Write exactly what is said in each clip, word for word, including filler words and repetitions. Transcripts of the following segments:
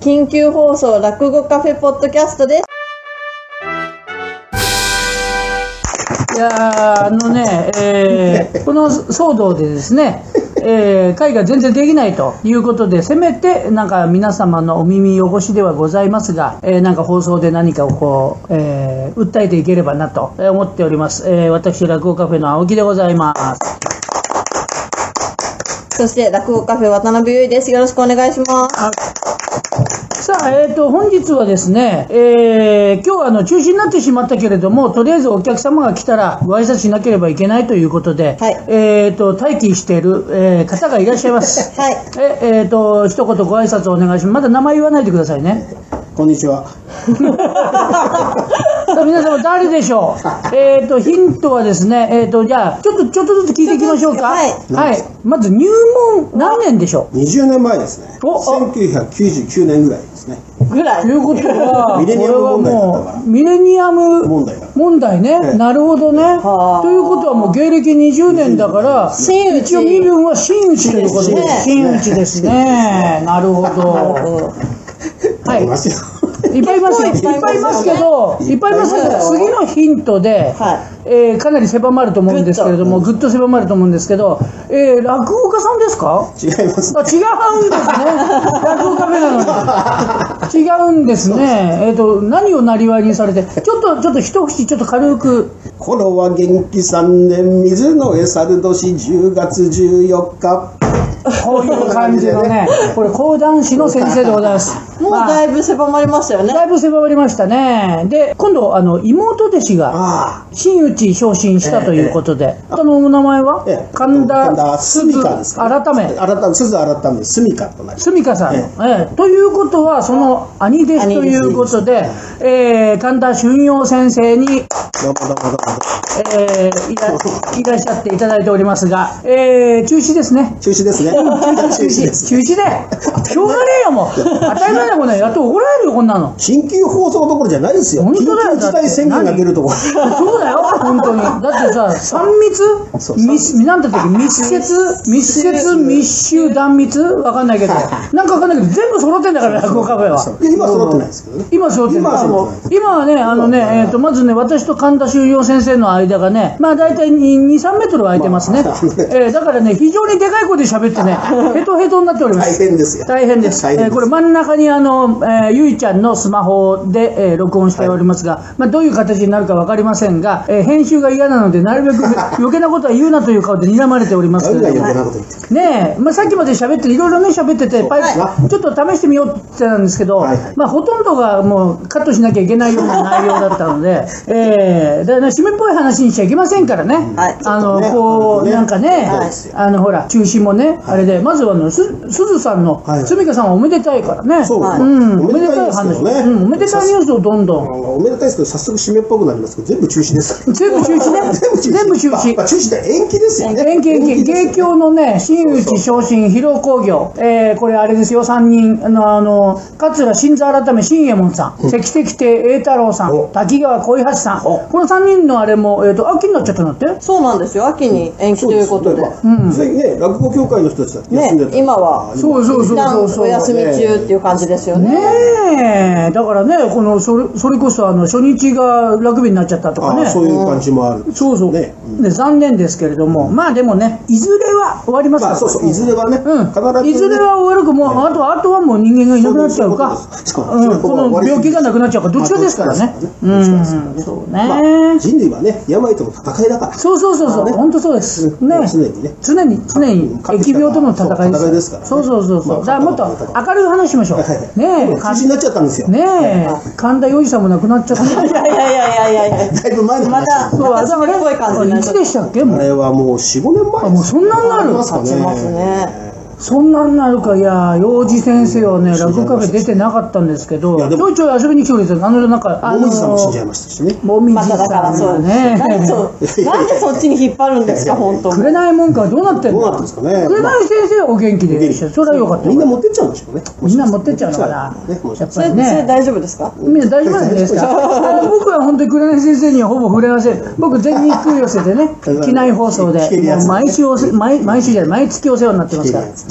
緊急放送落語カフェポッドキャストです。 いやーあのね、えー、この騒動でですね、えー、会が全然できないということで、せめてなんか皆様のお耳汚しではございますが、えー、なんか放送で何かをこう、えー、訴えていければなと思っております。えー、私落語カフェの青木でございます。 そして落語カフェ渡辺優衣です。よろしくお願いします。 さあ、えーと、本日はですね、えー、今日はあの中止になってしまったけれども、とりあえずお客様が来たらご挨拶しなければいけないということで、 はい、 えーと、待機している、えー、方がいらっしゃいます。 はい。 え、えーと、一言ご挨拶お願いします。まだ名前言わないでくださいね。 こんにちは。 さあ皆様誰でしょう。えーと、ヒントはですね、えーと、じゃあ、ちょっと、ちょっとずつ聞いていきましょうか。 はい。 はい。まず入門何年でしょう。 にじゅうねんまえですね。 おせんきゅうひゃくきゅうじゅうきゅうねんぐらいですね。 ぐらい。 ということは、 ミレニアム問題だったからこれはもうミレニアム問題が問題ね。 ええなるほどね。 はあということはもう芸歴にじゅうねんだから、 真打ち一応身分は真打ちということで、 ですね真打ちですね。なるほなるほど。 ど。 はい。 いますよ。 いっぱいいますよ。いっぱいいますけど、いっぱいいますけど、次のヒントで、 はい。 えーかなり狭まると思うんですけれども、ぐっと狭まると思うんですけど、えー落語家さんですか？ 違います。 あ、違うんですね。落語カフェなのに。違うんですね。えっと、何をなりわいにされて、ちょっと、ちょっと一口、ちょっと軽く。 頃は元気さんねん、水の絵猿年じゅうがつじゅうよっか。 こういう感じのね、これ講談師の先生でございます。 もうだいぶ狭まりましたよね。 だいぶ狭まりましたね。で、今度、あの、妹弟子が、 あ真打ち昇進したということで、あのお名前はあ。ええ神田すみかですか、ね。 改め。 改め、鈴改め、すみかとなります。 すみかさん、 えええということはその兄弟子ということで、えー、神田春陽先生に、 どうもどうもどうも。 えー、いらいらっしゃっていただいておりますが、えー、中止ですね。 中止ですね。中止です。 中止でしょうがねえよもう。当たり前だこんなのやっと怒られるよこんなの。 緊急放送どころじゃないですよ。 本当だよ緊急事態宣言が出るところ。 そうだよ本当に。だってさ、三密密なんだったっけ、密接密接密集断密わかんないけど、なんかわかんないけど全部揃ってんだから落語カフェは。 いや今は揃ってないですけどね。 今揃ってる。 今は揃ってない。 今はね、あのね、えっと、まずね、私と神田修陽先生の間がね、まあ大体に、さんメートル空いてますね。えー、だからね、非常にでかい声で喋ってね、ヘトヘトになっております。 大変ですよ。 大変です。 大変です。 えー、これ真ん中にあの、えー、ゆいちゃんのスマホで、えー、録音しておりますが、まあどういう形になるかわかりませんが、えー、編集が嫌なので、なるべく余計なことは言うなという顔で睨まれておりますけれども。 余計なこと言ってる。 ねえ、まあさっきまで喋って、いろいろね、喋ってて、パイプ、ちょっと試してみようって言ってたんですけど、 はいはい、 まあほとんどがもうカットしなきゃいけないような内容だったので、えー、だから締めっぽい話にしちゃいけませんからね。 はい、 あの、 ね、 こう、 ね、 なんかね、はい、あの、ほら、中止もね、はい、あれで、まずはあの、す、すずさんの、はい、すみかさんはおめでたいからね。 そう、 はい、うん、おめでたい話。 ね、 うん、おめでたいニュースをどんどん。 おめでたいですけど、早速締めっぽくなりますけど、全部中止です。 全部中止ね。全部中止。 まあ、中止で延期ですよね。 延期延期。芸協のね、真打ち昇進披露興行。えー、これあれですよ、さんにん、あの、あの、桂新座改め新右衛門さん、関石亭栄太郎さん、滝川小井橋さん。このさんにんのあれも、えっと、秋になっちゃったんだって。 そうなんですよ。秋に延期ということで。 うん。ね、落語協会の人たちだって休んでた。 ね、今は。 そうそうそうそうそう。 お休み中っていう感じですよね。 ねえ、だからね、この、それ、それこそあの、初日がラグビーになっちゃったとかね。 そういう感じもある。 そうそう。ね、で、残念ですけれども、まあでもね、いずれは終わりますから。 そうそう、いずれはね。 うん。必ず。いずれは終わるか、もう、あと、あとはもう人間がいなくなっちゃうか。うん。この病気がなくなっちゃうか、どっちかですからね。うん。そうね。 人類はね、病との戦いだから。 そうそうそうそう。本当そうです。ね。 常にね。 常に、常に、疫病との戦いですから。そうそうそうそう。だからもっと明るい話しましょう。ねえ。 中止になっちゃったんですよ。 ねえ。神田洋二さんも亡くなっちゃった。 いやいやいやいやいや。 だいぶ前の話。 また、そう、あざまれっぽい感じになっちゃった。 いつでしたっけ？ あれはもうよん、ごねんまえ。 あ、もうそんなになる。 経ちますね。 そんなんなるか。いや、幼児先生はね、落語カフェ出てなかったんですけど、ちょいちょい遊びに来てくれてた。あの、なんか、 あの、もみじさんも死んじゃいましたしね。 もみじさん。 まただからそうね。なんでそっちに引っ張るんですか、本当。 くれないもんか、どうなってんの？ どうなってんですかね。 くれない先生はお元気でいらっしゃる。それはよかった。 みんな持ってっちゃうんでしょうね。 みんな持ってっちゃうのかな。やっぱりね。 それ大丈夫ですか？ みんな大丈夫なんですか？僕は本当にくれない先生にはほぼ触れません。僕、全日空寄せでね、機内放送で、毎週、毎週じゃない、毎月お世話になってますから。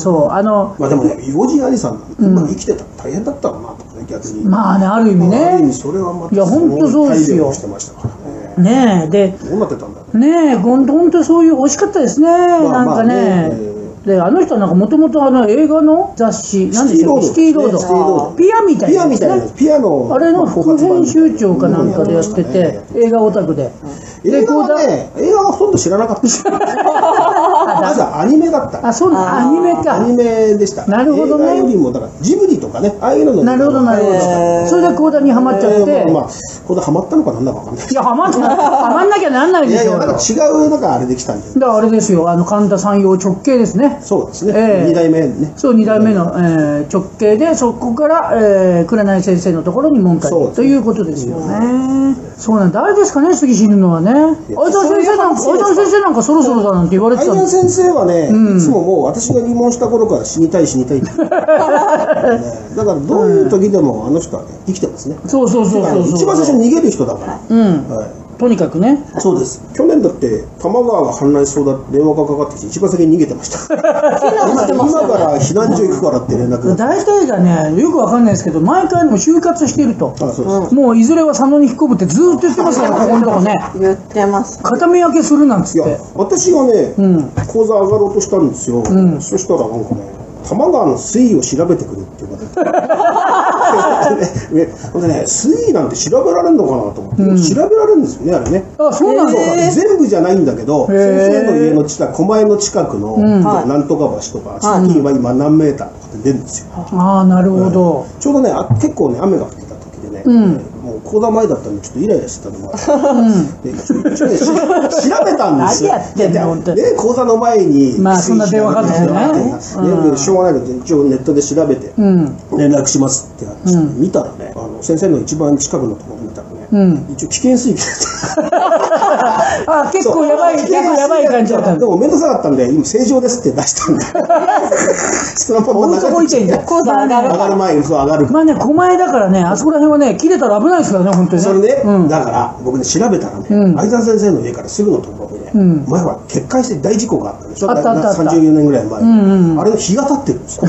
そうあのまあでもね、魚神兄さん、今生きてたら大変だったろうなとかね、逆に。 まあね、ある意味ね。 ある意味それはまたいや本当そうですよ。 してましたからね。 ねえでどうなってたんだろうねえ本当そういう惜しかったですね、なんかね。であの人はなんかもともとあの映画の雑誌なんでしょう、シティロード、ピアみたいな、 ピアみたいな、ピアのあれの副編集長かなんかでやってて、映画オタクで。 映画はね、映画はほとんど知らなかった。まずはアニメだった。 あ、そうなアニメか。 アニメでした。 なるほどね。 映画よりもだからジブリとかね、ああいうのの。 なるほどなるほど。それでコーダにハマっちゃって。 まあコーダハマったのかなんだかわかんない。 いやハマってハマんなきゃなんないでしょ。 いやいやなんか違うなんかあれできたんで。 だからあれですよ、あの神田山陽直系ですね。 そうですね。二代目ね。 そう二代目の直系でそこから紅先生のところに門下にということですよね。そうなんだ。誰ですかね、次死ぬのはね。相田先生なんか相田先生なんかそろそろだなんて言われてた。 相田先生はね、いつももう私が入門した頃から死にたい死にたいって。だからどういう時でもあの人はね生きてますね。 そうそうそうそう。 一番最初に逃げる人だから。 うん。とにかくね。 そうです。去年だって多摩川が氾濫しそうだって電話がかかってきて一番先に逃げてました。今から避難所行くからって連絡が。 大体がねよくわかんないですけど毎回も就活していると。 あ、そうです。 もういずれは佐野に引っ込むってずーっと言ってますからここのとこね。 言ってます。 片目焼けするなんつって。 いや私がね講座上がろうとしたんですよ。そしたらなんかね多摩川の水位を調べてくれって言われて。ほんでね、水位なんて調べられるのかなと思って、うん、調べられるんですよね、あれね。 あ、そうなんですか。全部じゃないんだけど、先生の家の近く、狛江の近くの、うん、なんとか橋とか、付近は今何メーターとかって出るんですよ。 ああ、なるほど。 ちょうどね、あ結構ね、雨が降ってた時でね、うん、もう講座前だったんで、ちょっとイライラしてたのが、うん、で一応ね、調べたんですよ。 何やってんの、本当に。 で、講座の前に、 まあ、そんな電話かけてね。 しょうがないけど、一応ネットで調べて、連絡しますって話して、見たらね、あの先生の一番近くのところ見たらね、うん、一応危険水域だった。 あ、結構やばい、結構やばい感じだったんでも面倒くさかったんで、今正常ですって出したんで。そのまま流れてきて、 講座上がる。 上がる前にそう上がる。 まあね、狛江だからね、あそこら辺はね、切れたら危ないですからね、本当にね。 それね、うん、だから僕ね調べたらね、相沢先生の家からすぐのところでね、うん、前は決壊して大事故があったでしょ。 あったあったあった。 さんじゅうよねんぐらい前、うんうん、あれの日が経ってるんですよ。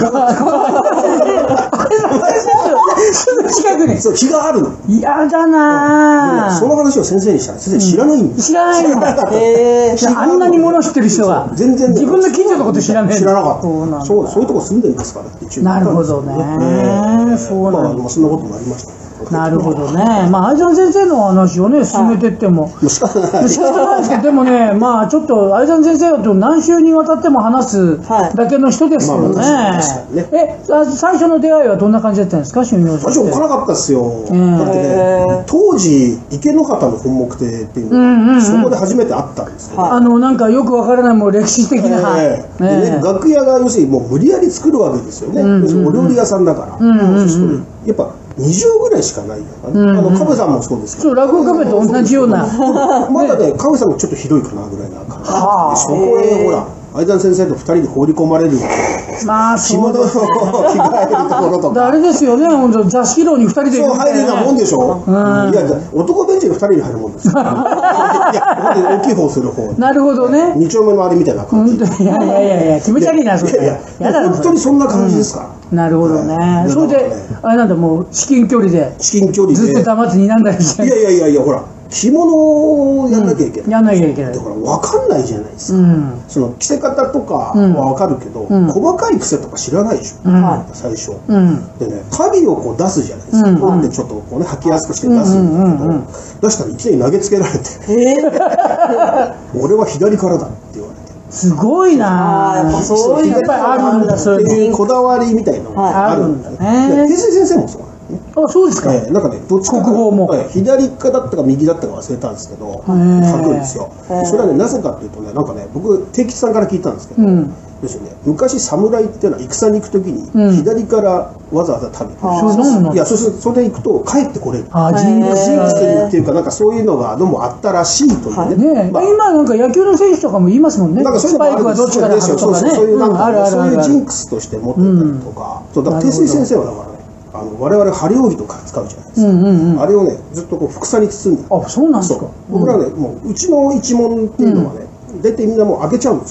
すぐ近くに。 そう、日があるの。 嫌だなぁ。 その話を先生にしたら、先生知らないんです。 知らないんだ。へぇ。あんなに物知ってる人が。 全然自分の近所のこと知らない。 知らなかった。そう、そういうとこ住んでるんですからって一応。 なるほどね。そうなんだ。そんなこともありました。 なるほどね。まあ相沢先生の話をね進めてっても仕方ない仕方ないですけど、でもね、まあちょっと相沢先生と何週にわたっても話すだけの人ですよね。え、最初の出会いはどんな感じだったんですか、春陽さん。 最初おっかなかったですよ。だってね、当時池之端の本木亭っていうのそこで初めて会ったんですよ。 あのなんかよくわからないもう歴史的な楽屋が要するにもう無理やり作るわけですよね。お料理屋さんだから。やっぱに畳ぐらいしかないよ、うんうん、あのカフェさんもそうですけど、 そう落語カフェと同じようなまだねカフェさんもちょっと広いかなぐらいな感じで、そこへほら相田先生とふたりで放り込まれるような、まあ、着物を着替えるところとかあれですよね、本当座敷牢にふたりでそう入るようなもんでしょ、うん、いや男ベンチにふたりで入るもんですよいや大きい方する方なるほどね、 に丁目のあれみたいな感じ、 いやいやいやいや気持ち悪いなそれ、いやいや本当にそんな感じですから、 うん、なるほどね、それであれなんだもう至近距離で至近距離でずっと黙って睨んだりして、 いやいやいやいやほら着物をやんなきゃいけない、うん、 やんなきゃいけないだから分かんないじゃないですか、うん、その着せ方とかは分かるけど、うん、細かい癖とか知らないでしょ、うん、最初、うん、でね髪をこう出すじゃないですか、うん、でちょっとこうね履きやすくして出すんだけど、うんうんうん、出したらいきなり投げつけられて、えー、俺は左からだって言われてすごいなぁ、やっぱそういうやっぱりあるんだ、そういうこだわりみたいなのがあるんだね。平成先生もそうあ、そうですか。 えー、なんかね、どっちか国宝も、 はい、左かだったか右だったか忘れたんですけど、書くんですよ。それはね、なぜかっていうとね、なんかね、僕定吉さんから聞いたんですけど、うん、ですよね。昔侍っていうのは戦に行くときに、うん、左からわざわざ食べて、うん、いや、そしてそれで行くと帰ってこれる。 あ、ジンクスっていうかなんかそういうのがどうもあったらしいというね。 ね、まあ、今なんか野球の選手とかも言いますもんね。 なんかそういうのもあるんですよ。そういうなんかそういうジンクスとして持ってたりとか、そうだから定水先生はだからね。あの我々張り扇とか使うじゃないですか、うんうんうん、あれをねずっとこうふくさに包んで、 あ、そうなんですか。 僕らね、うん、もううちの一門っていうのはね、大体みんなもう開けちゃうんですよ、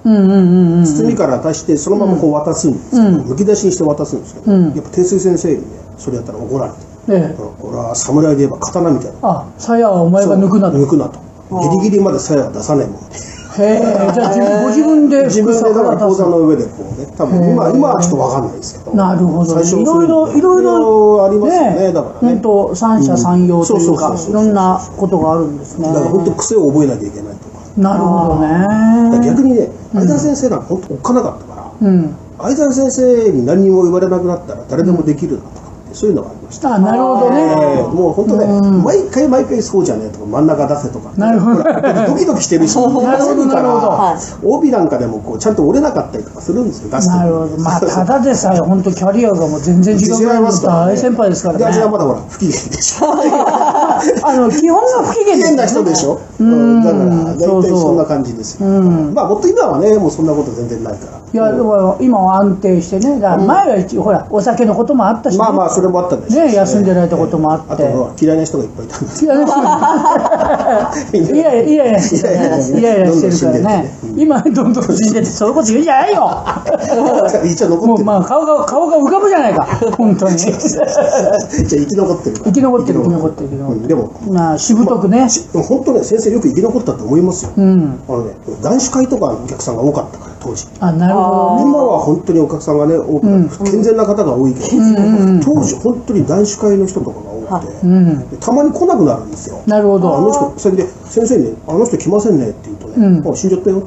包みから出してそのままこう渡すんですけど、むき出しにして渡すんですけど、やっぱ天水先生にねそれやったら怒られて、俺は侍で言えば刀みたいな、 あ、鞘はお前が抜くなと、 抜くなと、ギリギリまで鞘は出さないもんで、 へえ、じゃあご自分で自分でだから講座の上でこうね、多分今今はちょっと分かんないですけど、 なるほど、 最初いろいろいろいろありますよね、だからね、 本当三者三様というかいろんなことがあるんですね。 だから本当癖を覚えなきゃいけないとか。 なるほどね。 逆にね、相田先生なんか本当おっかなかったから、相田先生に何にも言われなくなったら誰でもできるなとかってそういうのがありました。 あ、なるほどね。 もう本当ね、毎回毎回そうじゃねえとか真ん中出せとか、 なるほど。 ドキドキしてるし、 なるほどなるほど。 帯なんかでもこうちゃんと折れなかったりとかするんですよ。出すなるほど。まあただでさえ本当キャリアがもう全然違うぐらいの大先輩ですからね。 私はまだほら不機嫌でしょ。 あの基本が不機嫌な人でしょ。だから大体そんな感じですよ。まあもっと今はねもうそんなこと全然ないから。 いやでも今は安定してね。だから前は一応ほらお酒のこともあったし、 まあまあそれもあったんですね、休んでないとこともあって。 あと嫌いな人がいっぱいいたんです。 嫌いな人。いやいやいやしてる。いやいやしてるからね。今どんどん死んでてそういうこと言うんじゃないよ。 一応残ってる。 もうまあ顔が顔が浮かぶじゃないか。本当に。じゃ生き残ってる。 生き残ってる生き残ってる。 でもまあしぶとくね。 本当ね先生よく生き残ったと思いますよ。あのね男子会とかお客さんが多かったから当時。 あ、なるほど。 今は本当にお客さんがね多くて健全な方が多いけど、当時本当に男子会の人とかが多くて、たまに来なくなるんですよ。 なるほど。 あの人それで先生にあの人来ませんねって言うとね、もう死んじゃったよ。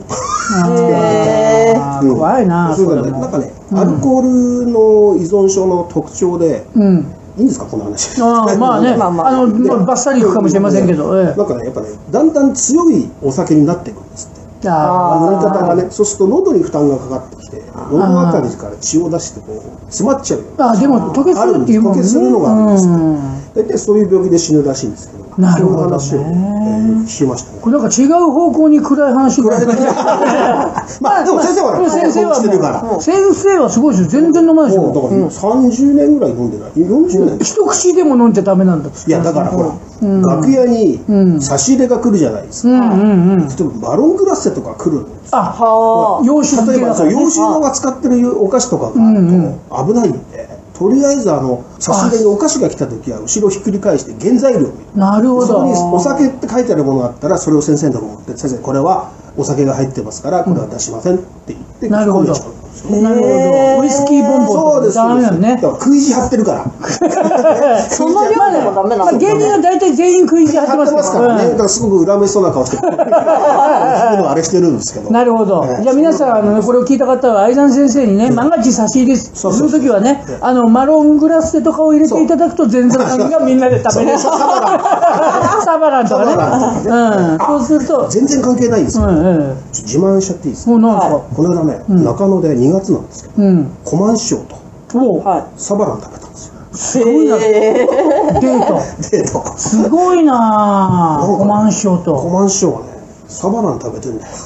怖いな。 それなんかねアルコールの依存症の特徴で。いいんですかこの話。 あまあね、あのバッサリいくかもしれませんけど、 なんかねやっぱねだんだん強いお酒になっていくんですって。飲み方がね、そうすると喉に負担がかかってきて、喉あたりから血を出してこう詰まっちゃうよ。 あでも溶けするっていうもんね。 溶けするのがあるんですって。大体そういう病気で死ぬらしいんですけど。 なるほどね。 そういう話を聞きましたね。 これなんか違う方向に暗い話になる。 まあでも先生は先生は先生はすごいですよ。全然飲まないでしょ。 だから三十年ぐらい飲んでない。四十年。 一口でも飲んじゃダメなんだ。 いやだからほら楽屋に差し入れが来るじゃないですか。例えばマロングラッセとか来るんです。 あ、洋酒例えば洋酒のが使ってるお菓子とかが危ないんで。とりあえずあの差し入れにお菓子が来た時は後ろをひっくり返して原材料を見る。 なるほど。 そこにお酒って書いてあるものがあったらそれを先生のところに持って先生これはお酒が入ってますからこれは出しませんって言ってなるほど。なるほど。ウイスキーボンボンとかダメだね。 だから食い地張ってるから。 その量でもダメなの。 芸人は大体全員食い地張ってますからね。だからすごく恨めしそうな顔してあれしてるんですけど。 なるほど。じゃあ皆さんあのこれを聞いた方は相山先生にね万が一差し入れする時はねあのマロングラッセとかを入れていただくと全然がみんなで食べれる。サバランとかね。うん。そうすると全然関係ないんですよ。自慢しちゃっていいですか。この間ね中野でにがつなんですけどコマン師匠とサバラン食べたんですよ。 すごいな。デート。 デート。 すごいな。コマン師匠と。 コマン師匠はねサバラン食べてんだよ。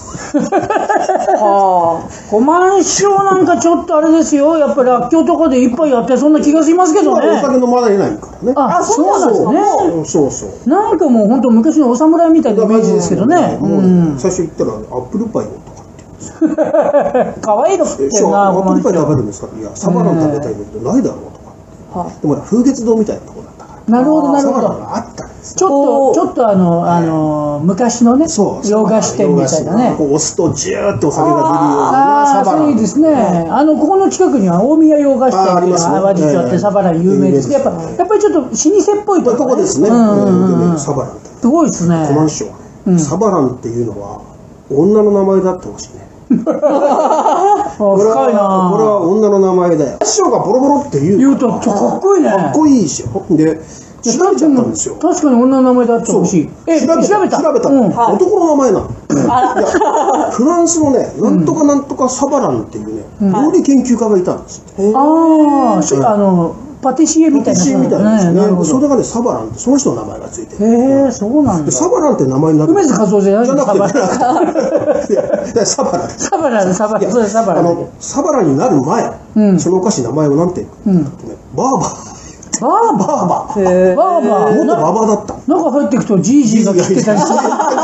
コマン師匠なんかちょっとあれですよ。やっぱりらっきょうとかで一杯やってそんな気がしますけどね。 お酒飲まないからね。 あ、そうなんですね。 そうそう。 なんかもう本当昔のお侍みたいなイメージですけどね。 最初言ったらアップルパイをとかって。可愛いの食ってんな。 アップルパイ食べるんですか。いやサバラン食べたいのってないだろうとか。でも風月堂みたいなとこだったから。 なるほどなるほど。 サバランがあったんです。 ちょっとちょっとあのあの昔のね洋菓子店みたいなね。 こう押すとジューってお酒が出るようなサバラン。いいですね。あのここの近くには大宮洋菓子店っていうのが淡路町ってサバラン有名です。やっぱやっぱりちょっと老舗っぽいとこですね。サバランってすごいですね。 コマン師匠はねサバランっていうのは女の名前だってほしいね。 深いな。これは女の名前だよ。師匠がボロボロって言う言うとかっこいいね。 かっこいいでしょ。で調べちゃったんですよ。 確かに女の名前だってほしい。え調べた調べた。 男の名前なの。フランスのねなんとかなんとかサバランっていうね料理研究家がいたんです。 あああのパティシエみたいな。 パティシエみたいなですね。それがねサバランってその人の名前がついてる。 へえそうなんだ。 サバランって名前になる。 梅津和夫じゃないの。 じゃなくていやサバラン。 サバランサバランそれサバラン。 あのサバランになる前そのお菓子名前をなんて言うかとねバーバー。 バーバーバーバーバーバー元ババだった。 中入っていくとジージーが来てたりする。そう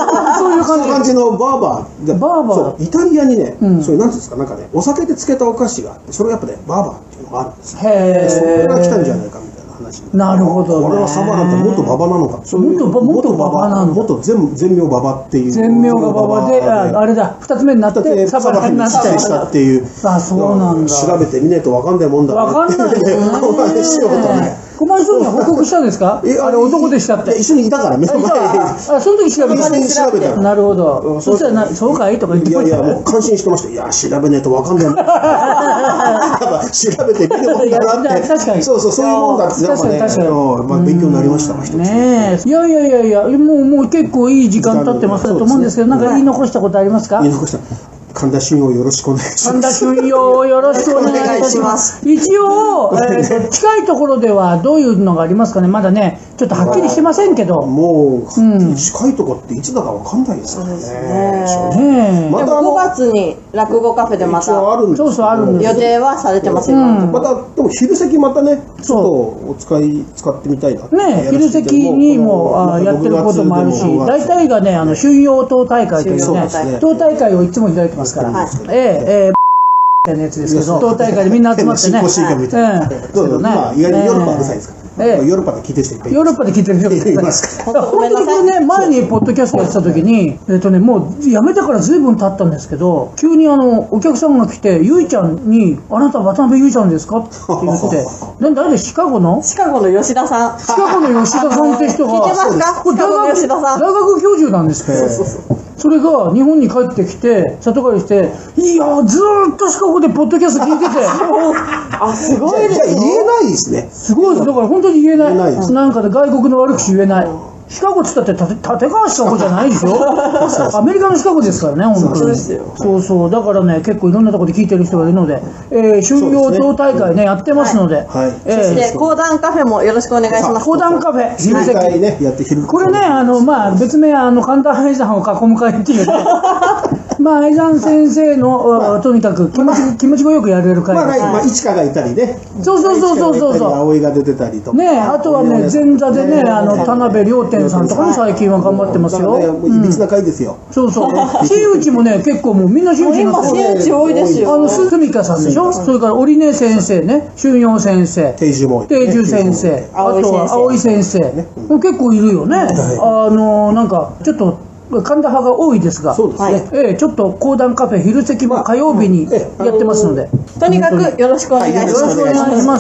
そういう感じ。 感じのバーバー。 バーバー。 そう、イタリアにね、そういうなんていうんですか、なんかね、お酒で漬けたお菓子があって、それやっぱね、バーバーっていうのがあるんですよ。へえ。それが来たんじゃないかみたいな話。 なるほど。 これはサバなんて元ババなのか。 元元ババなの。 元全全名ババっていう。 全名がババで、あれだ、二つ目になってサバになっちゃしたっていう。 あ、そうなんだ。 調べてみないとわかんないもんだ。 わかんないですよね。 この話しようとね。 小林さんには報告したんですか？あれ男でしたって。 一緒にいたから目の前に。 あ、その時調べた。 調べた。 なるほど。そしたらな、そうかいとか言ってました。 いやいや、もう感心してました。いや、調べないとわかんない。やっぱ調べてみるもんだなって。確かに。そうそう、そういうもんだって。確かに確かに。まあ勉強になりました。 ねえ。いやいやいやいや、もうもう結構いい時間経ってますと思うんですけど、なんか言い残したことありますか？ 言い残した。神田春陽よろしくお願いします。 神田春陽よろしくお願いします。一応、えー、近いところではどういうのがありますかね。まだね、ちょっとはっきりしてませんけど。 もう、うん、近いところっていつだかわかんないですからね。そうね。またごがつに落語カフェでまたそうそうあるんです。 予定はされてますよ。 またでも昼席またね、ちょっとお使い使ってみたいな。 ね、昼席にもやってることもあるし、大体がね、あの春陽党大会というね、党大会をいつも開いてますから。ええええみたいなやつですけど、党大会でみんな集まってね。 進行シーンみたいな。どうぞ。まあ意外にヨーロッパはうるさいですから。ヨーロッパで聞いてる人いっぱいいます。 ヨーロッパで聞いてる人いますから。本当にこれね、前にポッドキャストやってた時に、えっとね、もうやめてからずいぶん経ったんですけど、急にあの、お客さんが来て、ゆいちゃんに、あなた渡辺ゆいちゃんですかって言って、誰でシカゴのシカゴの吉田さん。 シカゴの吉田さんって人が、 聞いてますか？シカゴの吉田さん。 大学教授なんですって。そうそうそう。それが日本に帰ってきて里帰りしていやずーっとシカゴでポッドキャスト聞いててあすごいですね。じゃあ言えないですね。 すごいです。だから本当に言えない。言えないなんかで外国の悪口言えない。シカゴっつったって立川シカゴじゃないでしょアメリカのシカゴですからね本当に。そうそうだからね結構いろんなところで聞いてる人がいるので、えー、春陽党大会ねやってますので、 はいえー、そして講談カフェもよろしくお願いします。 講談カフェ昼席、 ね、やって昼これねあのまあ別名あの神田愛山を囲む会っていうねまあ愛山先生の、まあ、とにかく気持ち気持ちがよくやれる会です。 まあ、まあ、市川がいたりね。 そうそうそうそうそうそう。 葵が出てたりとか。 ねあとはね前座でねあの田辺良天さんとかも最近は頑張ってますよ。 いびつな会ですよ。 そうそう。真打ちもね結構もうみんな真打ちになってる。 真打ち多いですよ。 あの住香さんでしょ。それから織根先生ね、春陽先生、 定住も定住先生、あとは葵先生、結構いるよね。あのなんかちょっと。神田派が多いですが、 そうですね。 えー、ちょっと講談カフェ昼席も火曜日にやってますので、 とにかくよろしくお願いします。 よろしくお願いします。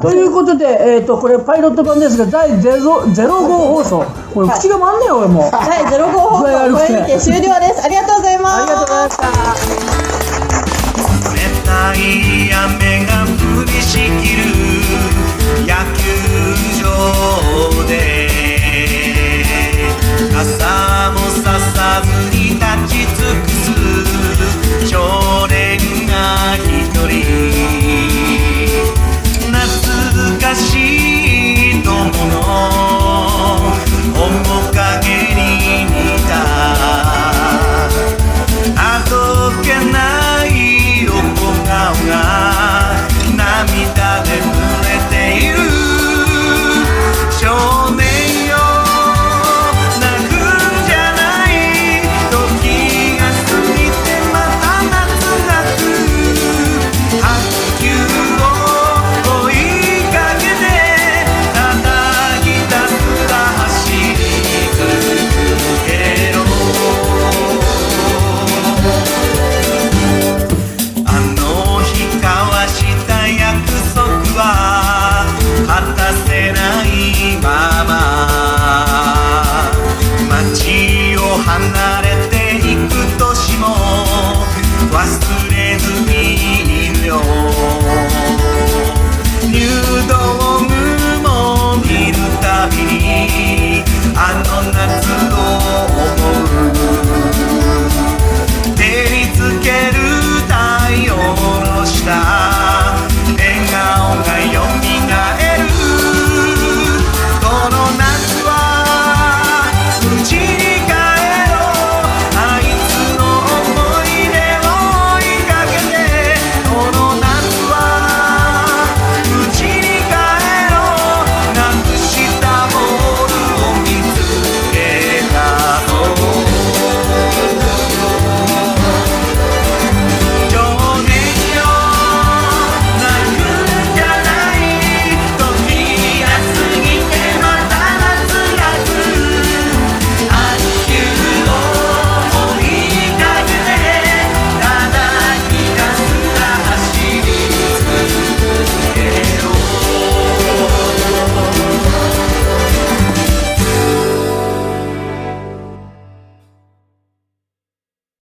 ということで、えっとこれパイロット版ですが、だいゼロご放送、これ口が回んねえよ俺もう。 だいゼロご放送これにて終了です。ありがとうございます。 ありがとうございました。 冷たい雨が降りしきる野球場で傘もささずに立ち尽くす少年が一人懐かしい友の面影に似たあどけない横顔が涙で濡れている少年果たせないま